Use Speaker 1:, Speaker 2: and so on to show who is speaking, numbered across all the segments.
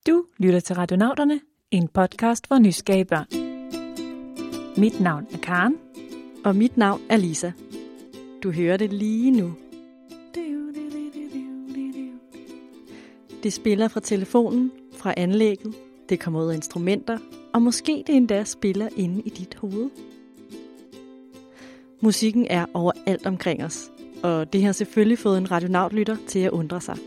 Speaker 1: Du lytter til Radionauterne, en podcast for nysgerrige børn. Mit navn er Karen.
Speaker 2: Og mit navn er Lisa. Du hører det lige nu. Det spiller fra telefonen, fra anlægget, det kommer ud af instrumenter, og måske det endda spiller inde i dit hoved. Musikken er overalt omkring os, og det har selvfølgelig fået en radionautlytter til at undre sig.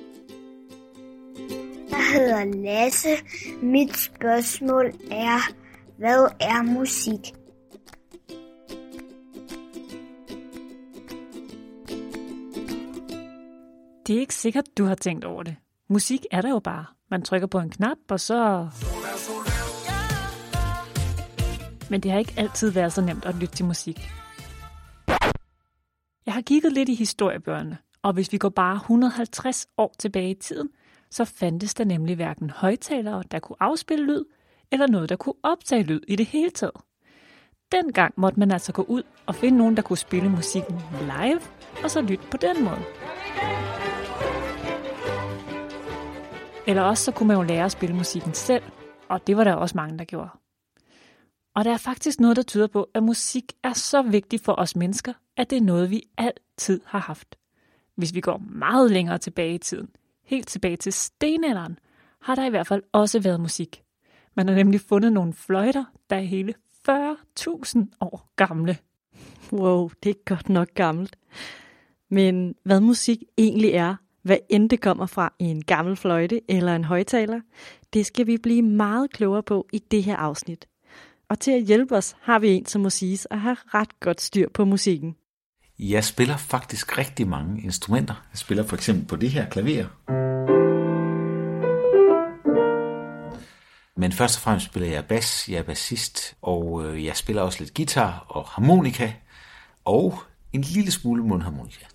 Speaker 3: Jeg hedder Lasse. Mit spørgsmål er, hvad er musik?
Speaker 1: Det er ikke sikkert, du har tænkt over det. Musik er der jo bare. Man trykker på en knap, og så... Men det har ikke altid været så nemt at lytte til musik. Jeg har kigget lidt i historiebøgerne, og hvis vi går bare 150 år tilbage i tiden, så fandtes der nemlig hverken højttalere, der kunne afspille lyd, eller noget, der kunne optage lyd i det hele taget. Dengang måtte man altså gå ud og finde nogen, der kunne spille musikken live, og så lytte på den måde. Eller også så kunne man jo lære at spille musikken selv, og det var der også mange, der gjorde. Og der er faktisk noget, der tyder på, at musik er så vigtig for os mennesker, at det er noget, vi altid har haft. Hvis vi går meget længere tilbage i tiden, helt tilbage til stenalderen, har der i hvert fald også været musik. Man har nemlig fundet nogle fløjter, der er hele 40.000 år gamle.
Speaker 2: Wow, det er godt nok gammelt. Men hvad musik egentlig er, hvad end det kommer fra en gammel fløjte eller en højttaler, det skal vi blive meget klogere på i det her afsnit. Og til at hjælpe os har vi en, som må siges at have ret godt styr på musikken.
Speaker 4: Jeg spiller faktisk rigtig mange instrumenter. Jeg spiller for eksempel på det her klaver. Men først og fremmest spiller jeg bas, jeg er bassist, og jeg spiller også lidt guitar og harmonika, og en lille smule mundharmonika.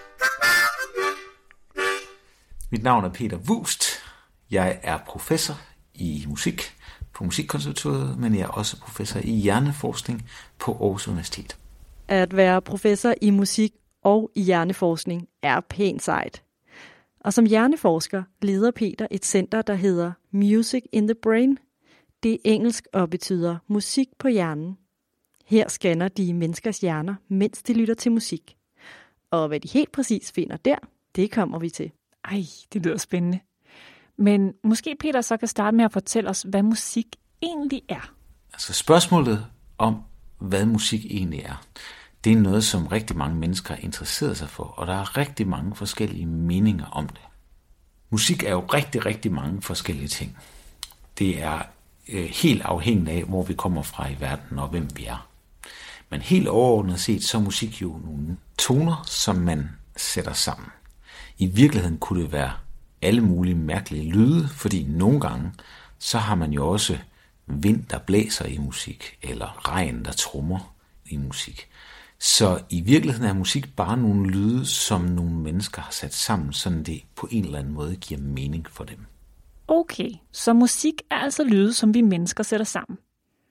Speaker 4: Mit navn er Peter Wust. Jeg er professor i musik på Musikkonservatoriet, men jeg er også professor i hjerneforskning på Aarhus Universitet.
Speaker 2: At være professor i musik og i hjerneforskning er pænt sejt. Og som hjerneforsker leder Peter et center, der hedder Music in the Brain. Det er engelsk og betyder musik på hjernen. Her scanner de menneskers hjerner, mens de lytter til musik. Og hvad de helt præcis finder der, det kommer vi til.
Speaker 1: Ej, det lyder spændende. Men måske Peter så kan starte med at fortælle os, hvad musik egentlig er.
Speaker 4: Altså spørgsmålet om, hvad musik egentlig er, det er noget, som rigtig mange mennesker er interesseret sig for, og der er rigtig mange forskellige meninger om det. Musik er jo rigtig, rigtig mange forskellige ting. Det er helt afhængigt af, hvor vi kommer fra i verden og hvem vi er. Men helt overordnet set, så er musik jo nogle toner, som man sætter sammen. I virkeligheden kunne det være alle mulige mærkelige lyde, fordi nogle gange, så har man jo også vind, der blæser i musik, eller regn, der trommer i musik. Så i virkeligheden er musik bare nogle lyde, som nogle mennesker har sat sammen, sådan det på en eller anden måde giver mening for dem.
Speaker 1: Okay, så musik er altså lyde, som vi mennesker sætter sammen.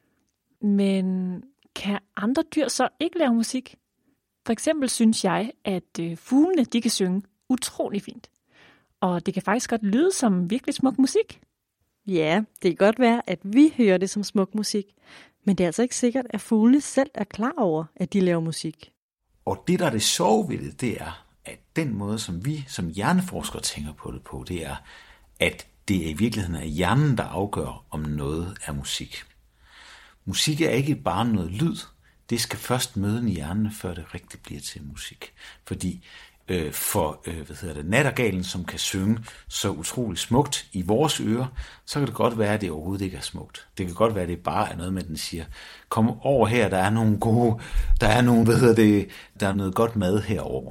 Speaker 1: Men kan andre dyr så ikke lave musik? For eksempel synes jeg, at fuglene de kan synge utrolig fint. Og det kan faktisk godt lyde som virkelig smuk musik.
Speaker 2: Ja, det kan godt være, at vi hører det som smuk musik. Men det er altså ikke sikkert, at fuglene selv er klar over, at de laver musik.
Speaker 4: Og det, der er det sjove ved det er, at den måde, som vi som hjerneforskere tænker på, det er, at det i virkeligheden er hjernen, der afgør, om noget er musik. Musik er ikke bare noget lyd. Det skal først møde en hjerne, før det rigtig bliver til musik. Fordi nattergalen, som kan synge så utroligt smukt i vores ører, så kan det godt være, at det overhovedet ikke er smukt. Det kan godt være, at det bare er noget med, at den siger, kom over her, der er nogle gode, der er noget godt mad herover.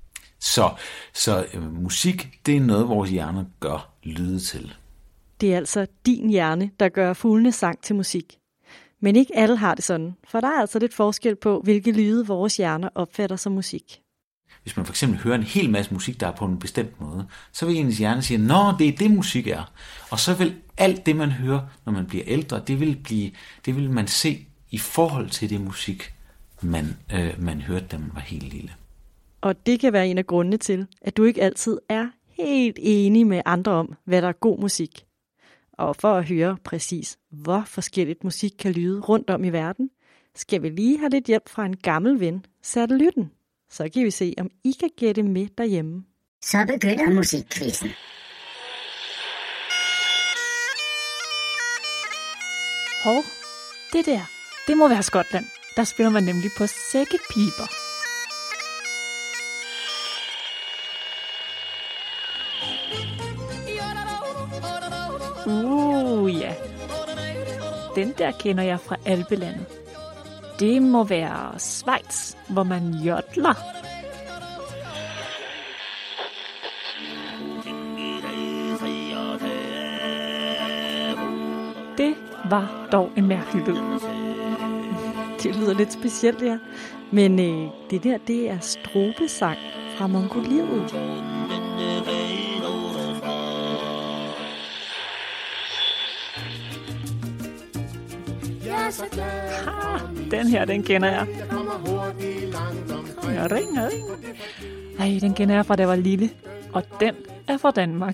Speaker 4: Så musik, det er noget, vores hjerner gør lyde til.
Speaker 2: Det er altså din hjerne, der gør fuglenes sang til musik. Men ikke alle har det sådan, for der er altså lidt forskel på, hvilke lyde vores hjerner opfatter som musik.
Speaker 4: Hvis man for eksempel hører en hel masse musik, der er på en bestemt måde, så vil ens hjerne sige, nå, det er det musik er. Og så vil alt det, man hører, når man bliver ældre, det vil man se i forhold til det musik, man hørte, da man var helt lille.
Speaker 2: Og det kan være en af grundene til, at du ikke altid er helt enig med andre om, hvad der er god musik. Og for at høre præcis, hvor forskelligt musik kan lyde rundt om i verden, skal vi lige have lidt hjælp fra en gammel ven, Satellytten. Så kan vi se, om I kan gætte med derhjemme.
Speaker 5: Så begynder musikquizzen.
Speaker 1: Hov, det må være Skotland. Der spiller man nemlig på sækkepiber. Ja. Den der kender jeg fra Alpelandet. Det må være Schweiz, hvor man jodler. Det var dog en mærkelig lyd.
Speaker 2: Det lyder lidt specielt, ja. Men det er strobesang fra Mongoliet.
Speaker 1: Den kender jeg. Jeg ringer. Ej, den kender jeg fra da jeg var lille. Og den er fra Danmark.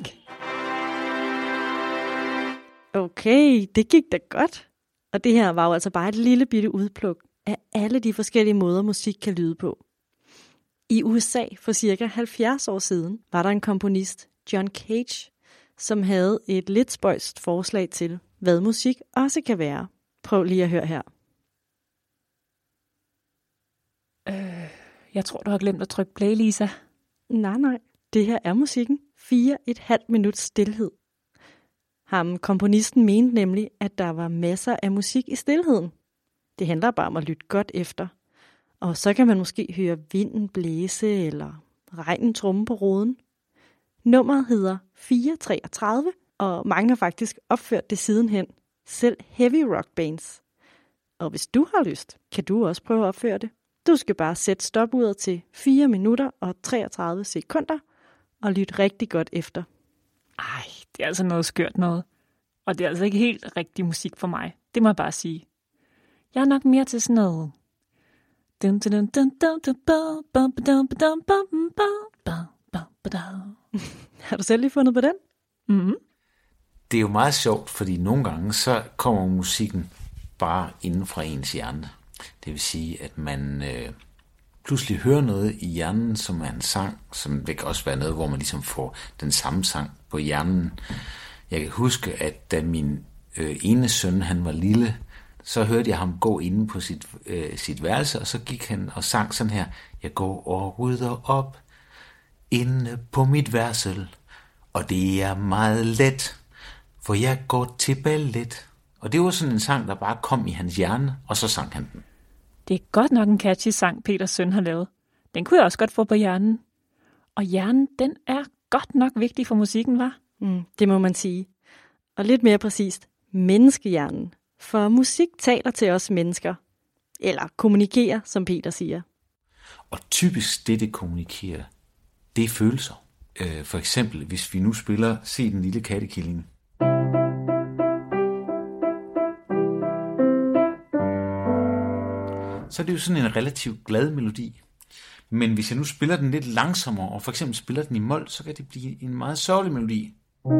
Speaker 2: Okay, det gik da godt. Og det her var jo altså bare et lille bitte udpluk af alle de forskellige måder, musik kan lyde på. I USA for cirka 70 år siden var der en komponist, John Cage, som havde et lidt spøjst forslag til, hvad musik også kan være. Prøv lige at høre her.
Speaker 1: Jeg tror, du har glemt at trykke play, Lisa.
Speaker 2: Nej. Det her er musikken. 4,5 minuts stilhed. Komponisten mente nemlig, at der var masser af musik i stilheden. Det handler bare om at lytte godt efter. Og så kan man måske høre vinden blæse eller regnen trumme på ruden. Nummeret hedder 433, og mange har faktisk opført det sidenhen. Selv heavy rock bands. Og hvis du har lyst, kan du også prøve at opføre det. Du skal bare sætte stopuret til 4 minutter og 33 sekunder og lytte rigtig godt efter.
Speaker 1: Ej, det er altså noget skørt noget. Og det er altså ikke helt rigtig musik for mig. Det må jeg bare sige. Jeg er nok mere til sådan noget.
Speaker 2: Har du selv lige fundet på den?
Speaker 1: Mm-hmm.
Speaker 4: Det er jo meget sjovt, fordi nogle gange så kommer musikken bare inden fra ens hjerne. Det vil sige, at man pludselig hører noget i hjernen, som er en sang, som det kan også være noget, hvor man ligesom får den samme sang på hjernen. Jeg kan huske, at da min ene søn, han var lille, så hørte jeg ham gå inde på sit værelse, og så gik han og sang sådan her: Jeg går og rydder op inde på mit værelse, og det er meget let, for jeg går til ballet. Og det var sådan en sang, der bare kom i hans hjerne, og så sang han den.
Speaker 1: Det er godt nok en catchy sang, Peters søn har lavet. Den kunne jeg også godt få på hjernen. Og hjernen, den er godt nok vigtig for musikken, hva'?
Speaker 2: Det må man sige. Og lidt mere præcist, menneskehjernen. For musik taler til os mennesker. Eller kommunikerer, som Peter siger.
Speaker 4: Og typisk det kommunikerer, det er følelser. For eksempel, hvis vi nu spiller Se den lille kattekilling. Så er det jo sådan en relativt glad melodi. Men hvis jeg nu spiller den lidt langsommere, og for eksempel spiller den i mol, så kan det blive en meget sørgelig melodi.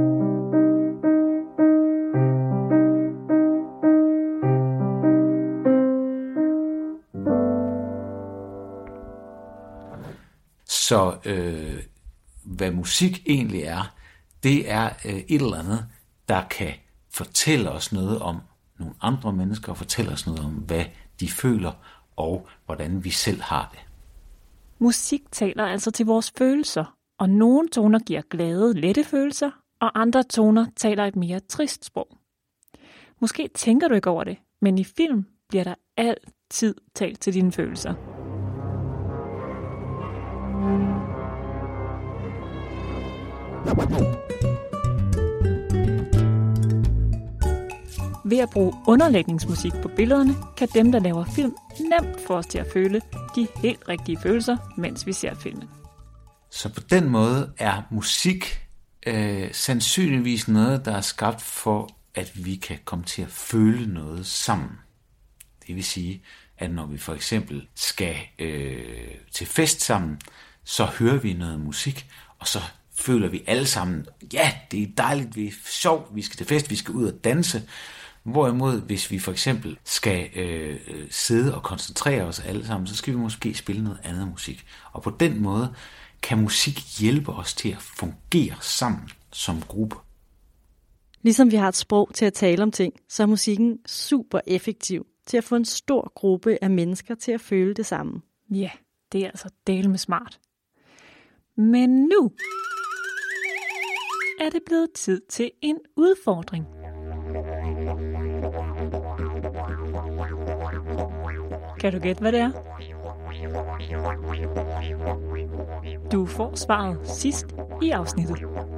Speaker 4: Så hvad musik egentlig er, det er et eller andet, der kan fortælle os noget om nogle andre mennesker, og fortælle os noget om, hvad de føler, og hvordan vi selv har det.
Speaker 1: Musik taler altså til vores følelser, og nogle toner giver glade, lette følelser, og andre toner taler et mere trist sprog. Måske tænker du ikke over det, men i film bliver der altid talt til dine følelser. Ved at bruge underlægningsmusik på billederne, kan dem, der laver film, nemt få os til at føle de helt rigtige følelser, mens vi ser filmen.
Speaker 4: Så på den måde er musik sandsynligvis noget, der er skabt for, at vi kan komme til at føle noget sammen. Det vil sige, at når vi for eksempel skal til fest sammen, så hører vi noget musik, og så føler vi alle sammen, ja, det er dejligt, det er sjovt, vi skal til fest, vi skal ud og danse. Hvorimod, hvis vi for eksempel skal sidde og koncentrere os alle sammen, så skal vi måske spille noget andet musik. Og på den måde kan musik hjælpe os til at fungere sammen som gruppe.
Speaker 2: Ligesom vi har et sprog til at tale om ting, så er musikken super effektiv til at få en stor gruppe af mennesker til at føle det samme.
Speaker 1: Ja, det er altså dælme smart. Men nu er det blevet tid til en udfordring. Kan du gætte, hvad det er? Du får svaret sidst i afsnittet.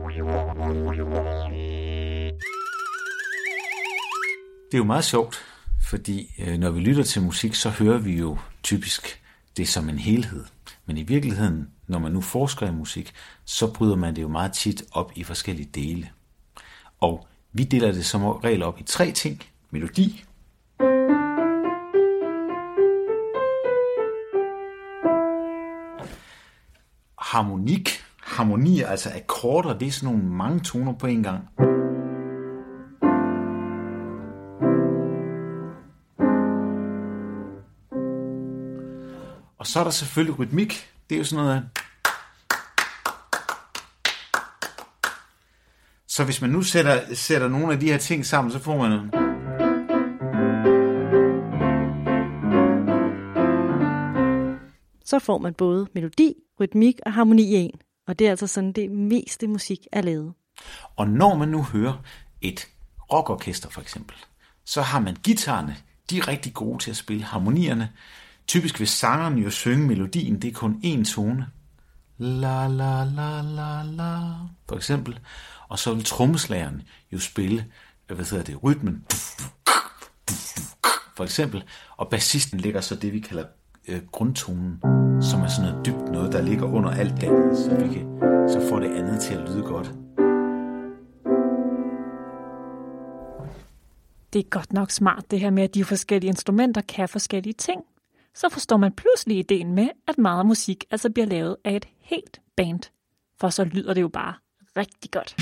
Speaker 4: Det er jo meget sjovt, fordi når vi lytter til musik, så hører vi jo typisk det som en helhed. Men i virkeligheden, når man nu forsker i musik, så bryder man det jo meget tit op i forskellige dele. Og vi deler det som regel op i 3 ting. Melodi, harmonik. Harmoni er altså akkorder, det er sådan nogle mange toner på en gang. Og så er der selvfølgelig rytmik. Det er jo sådan noget af... Så hvis man nu sætter nogle af de her ting sammen, så får man noget.
Speaker 2: Så får man både melodi, rytmik og harmoni i en. Og det er altså sådan, det meste musik er lavet.
Speaker 4: Og når man nu hører et rockorkester for eksempel, så har man guitarerne, de er rigtig gode til at spille harmonierne. Typisk vil sangeren jo synge melodien, det er kun én tone. La la la la la, for eksempel. Og så vil trommeslageren jo spille, rytmen, for eksempel. Og bassisten lægger så det, vi kalder grundtonen, som er sådan noget dybt noget, der ligger under alt det andet, så får det andet til at lyde godt.
Speaker 1: Det er godt nok smart det her med, at de forskellige instrumenter kan forskellige ting. Så forstår man pludselig ideen med, at meget musik altså bliver lavet af et helt band. For så lyder det jo bare rigtig godt.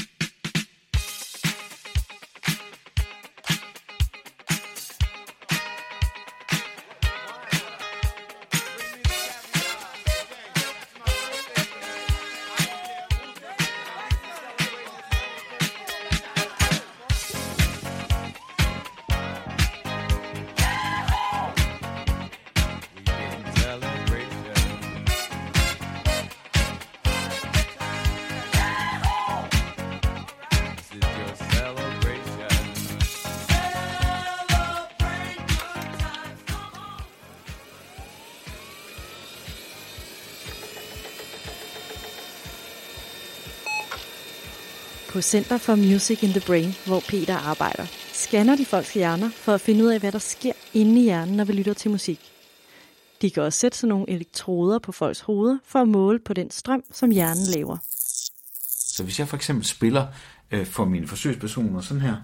Speaker 2: På Center for Music in the Brain, hvor Peter arbejder, scanner de folks hjerner for at finde ud af, hvad der sker inde i hjernen, når vi lytter til musik. De kan også sætte sådan nogle elektroder på folks hoveder for at måle på den strøm, som hjernen laver.
Speaker 4: Så hvis jeg for eksempel spiller for mine forsøgspersoner sådan her,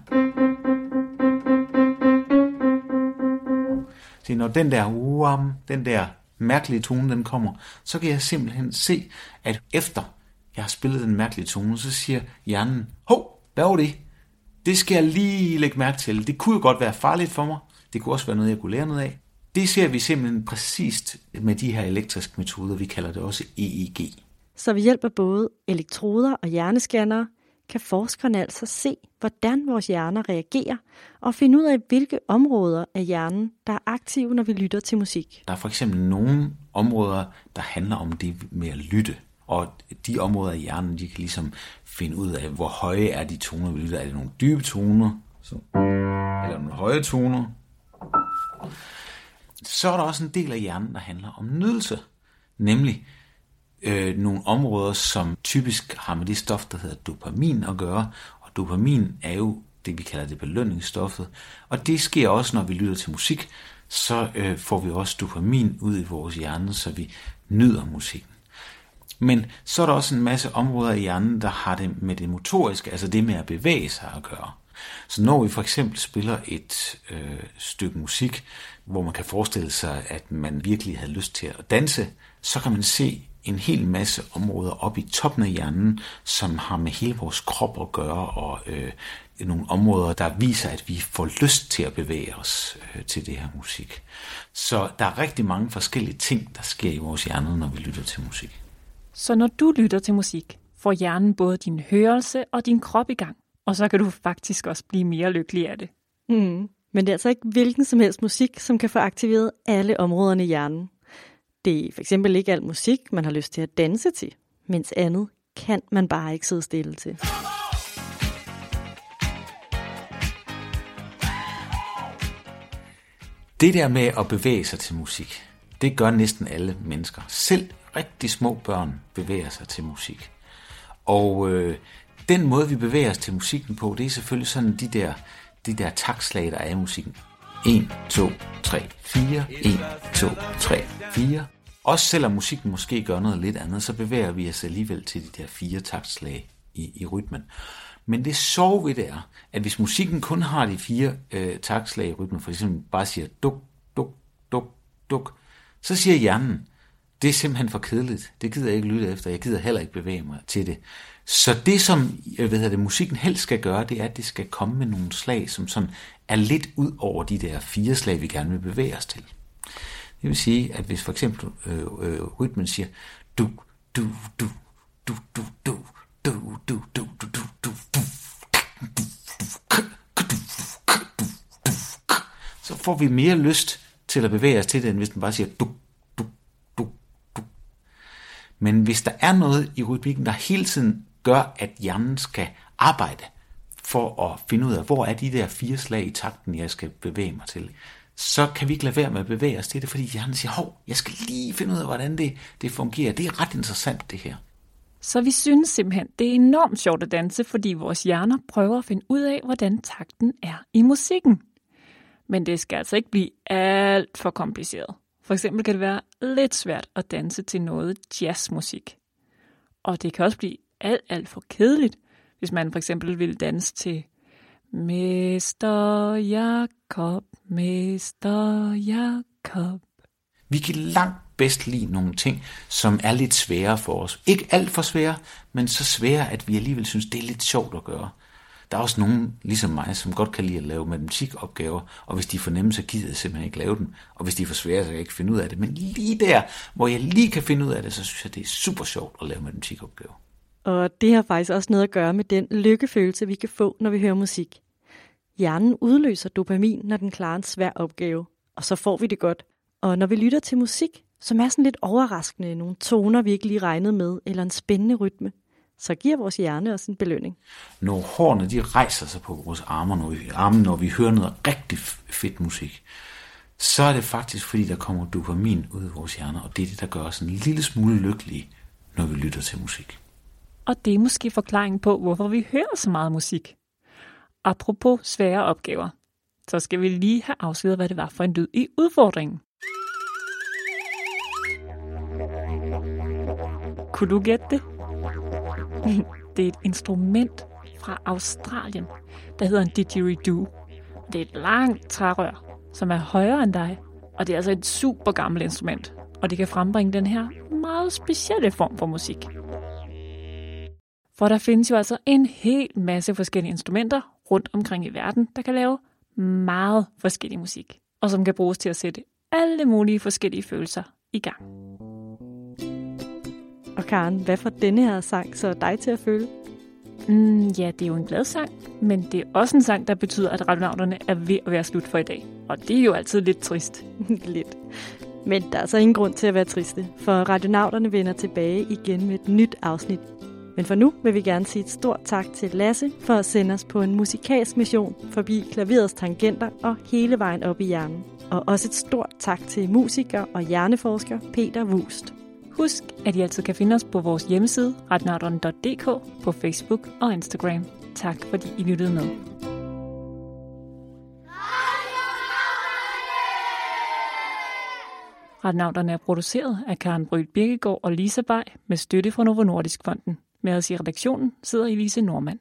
Speaker 4: så når den der mærkelige tone, den kommer, så kan jeg simpelthen se, at efter jeg har spillet den mærkelige tone, så siger hjernen, hov, hvad var det? Det skal jeg lige lægge mærke til. Det kunne jo godt være farligt for mig. Det kunne også være noget, jeg kunne lære noget af. Det ser vi simpelthen præcist med de her elektriske metoder. Vi kalder det også EEG.
Speaker 2: Så ved hjælp af både elektroder og hjernescannere, kan forskerne altså se, hvordan vores hjerner reagerer, og finde ud af, hvilke områder af hjernen, der er aktive, når vi lytter til musik.
Speaker 4: Der er for eksempel nogle områder, der handler om det med at lytte. Og de områder af hjernen, de kan ligesom finde ud af, hvor høje er de toner, vi lytter. Er det nogle dybe toner? Eller nogle høje toner? Så er der også en del af hjernen, der handler om nydelse. Nemlig nogle områder, som typisk har med det stof, der hedder dopamin at gøre. Og dopamin er jo det, vi kalder det belønningsstoffet. Og det sker også, når vi lytter til musik. Så får vi også dopamin ud i vores hjerne, så vi nyder musikken. Men så er der også en masse områder i hjernen, der har det med det motoriske, altså det med at bevæge sig at gøre. Så når vi for eksempel spiller et stykke musik, hvor man kan forestille sig, at man virkelig havde lyst til at danse, så kan man se en hel masse områder op i toppen af hjernen, som har med hele vores krop at gøre, og nogle områder, der viser, at vi får lyst til at bevæge os til det her musik. Så der er rigtig mange forskellige ting, der sker i vores hjerne, når vi lytter til musik.
Speaker 1: Så når du lytter til musik, får hjernen både din hørelse og din krop i gang, og så kan du faktisk også blive mere lykkelig af det.
Speaker 2: Men det er altså ikke hvilken som helst musik, som kan få aktiveret alle områderne i hjernen. Det er for eksempel ikke al musik, man har lyst til at danse til, mens andet kan man bare ikke sidde stille til.
Speaker 4: Det der med at bevæge sig til musik, det gør næsten alle mennesker. Selv rigtig små børn bevæger sig til musik. Og den måde, vi bevæger os til musikken på, det er selvfølgelig sådan de der taktslag, der er i musikken. 1, 2, 3, 4, 1, 2, 3, 4. Også selvom musikken måske gør noget lidt andet, så bevæger vi os alligevel til de der 4 taktslag i rytmen. Men det sjove ved det er, at hvis musikken kun har de 4 taktslag i rytmen, for eksempel bare siger duk, duk, duk, duk, så siger hjernen, det er simpelthen for kedeligt. Det gider jeg ikke lytte efter. Jeg gider heller ikke bevæge mig til det. Så det, som musikken helst skal gøre, det er, at det skal komme med nogle slag, som sådan er lidt ud over de der 4 slag, vi gerne vil bevæge os til. Det vil sige, at hvis for eksempel rytmen siger du, du, du, du, du, du, du, du, du, du, du, du, så får vi mere lyst til at bevæge os til det, end hvis den bare siger du, du, du, du. Men hvis der er noget i rytmikken, der hele tiden gør, at hjernen skal arbejde for at finde ud af, hvor er de der 4 slag i takten, jeg skal bevæge mig til, så kan vi ikke lade være med at bevæge os til det, fordi hjernen siger, hov, jeg skal lige finde ud af, hvordan det fungerer. Det er ret interessant, det her.
Speaker 1: Så vi synes simpelthen, det er enormt sjovt at danse, fordi vores hjerner prøver at finde ud af, hvordan takten er i musikken. Men det skal altså ikke blive alt for kompliceret. For eksempel kan det være lidt svært at danse til noget jazzmusik. Og det kan også blive alt for kedeligt, hvis man for eksempel vil danse til Mester Jakob, Mester Jakob.
Speaker 4: Vi kan langt bedst lide nogle ting, som er lidt svære for os. Ikke alt for svære, men så svære, at vi alligevel synes, det er lidt sjovt at gøre. Der er også nogen, ligesom mig, som godt kan lide at lave matematikopgaver, og hvis de er for nemme, så gider jeg simpelthen ikke lave dem. Og hvis de er for svære, så kan jeg ikke finde ud af det. Men lige der, hvor jeg lige kan finde ud af det, så synes jeg, det er super sjovt at lave matematikopgaver.
Speaker 2: Og det har faktisk også noget at gøre med den lykkefølelse, vi kan få, når vi hører musik. Hjernen udløser dopamin, når den klarer en svær opgave, og så får vi det godt. Og når vi lytter til musik, som er sådan lidt overraskende, nogle toner, vi ikke lige regnede med, eller en spændende rytme, så giver vores hjerne også en belønning.
Speaker 4: Når hårene de rejser sig på vores arme, når vi hører noget rigtig fedt musik, så er det faktisk, fordi der kommer dopamin ud af vores hjerner, og det er det, der gør os en lille smule lykkelige, når vi lytter til musik.
Speaker 1: Og det er måske forklaringen på, hvorfor vi hører så meget musik. Apropos svære opgaver, så skal vi lige have afsløret, hvad det var for en lyd i udfordringen. Kunne du gætte det? Det er et instrument fra Australien, der hedder en didgeridoo. Det er et langt trærør, som er højere end dig, og det er altså et super gammelt instrument, og det kan frembringe den her meget specielle form for musik. For der findes jo altså en hel masse forskellige instrumenter rundt omkring i verden, der kan lave meget forskellig musik, og som kan bruges til at sætte alle mulige forskellige følelser i gang.
Speaker 2: Og Karen, hvad får denne her sang så dig til at føle?
Speaker 1: Ja, det er jo en glad sang, men det er også en sang, der betyder, at Radionauterne er ved at være slut for i dag. Og det er jo altid lidt trist.
Speaker 2: Lidt. Men der er så ingen grund til at være triste, for Radionauterne vender tilbage igen med et nyt afsnit. Men for nu vil vi gerne sige et stort tak til Lasse for at sende os på en musikalsk mission forbi klaverets tangenter og hele vejen op i hjernen. Og også et stort tak til musiker og hjerneforsker Peter Wust.
Speaker 1: Husk, at I altid kan finde os på vores hjemmeside, radionauterne.dk, på Facebook og Instagram. Tak fordi I lyttede med. Radionauterne er produceret af Karen Bryl Birkegaard og Lisa Bay med støtte fra Novo Nordisk Fonden. Med os i redaktionen sidder Elise Normann.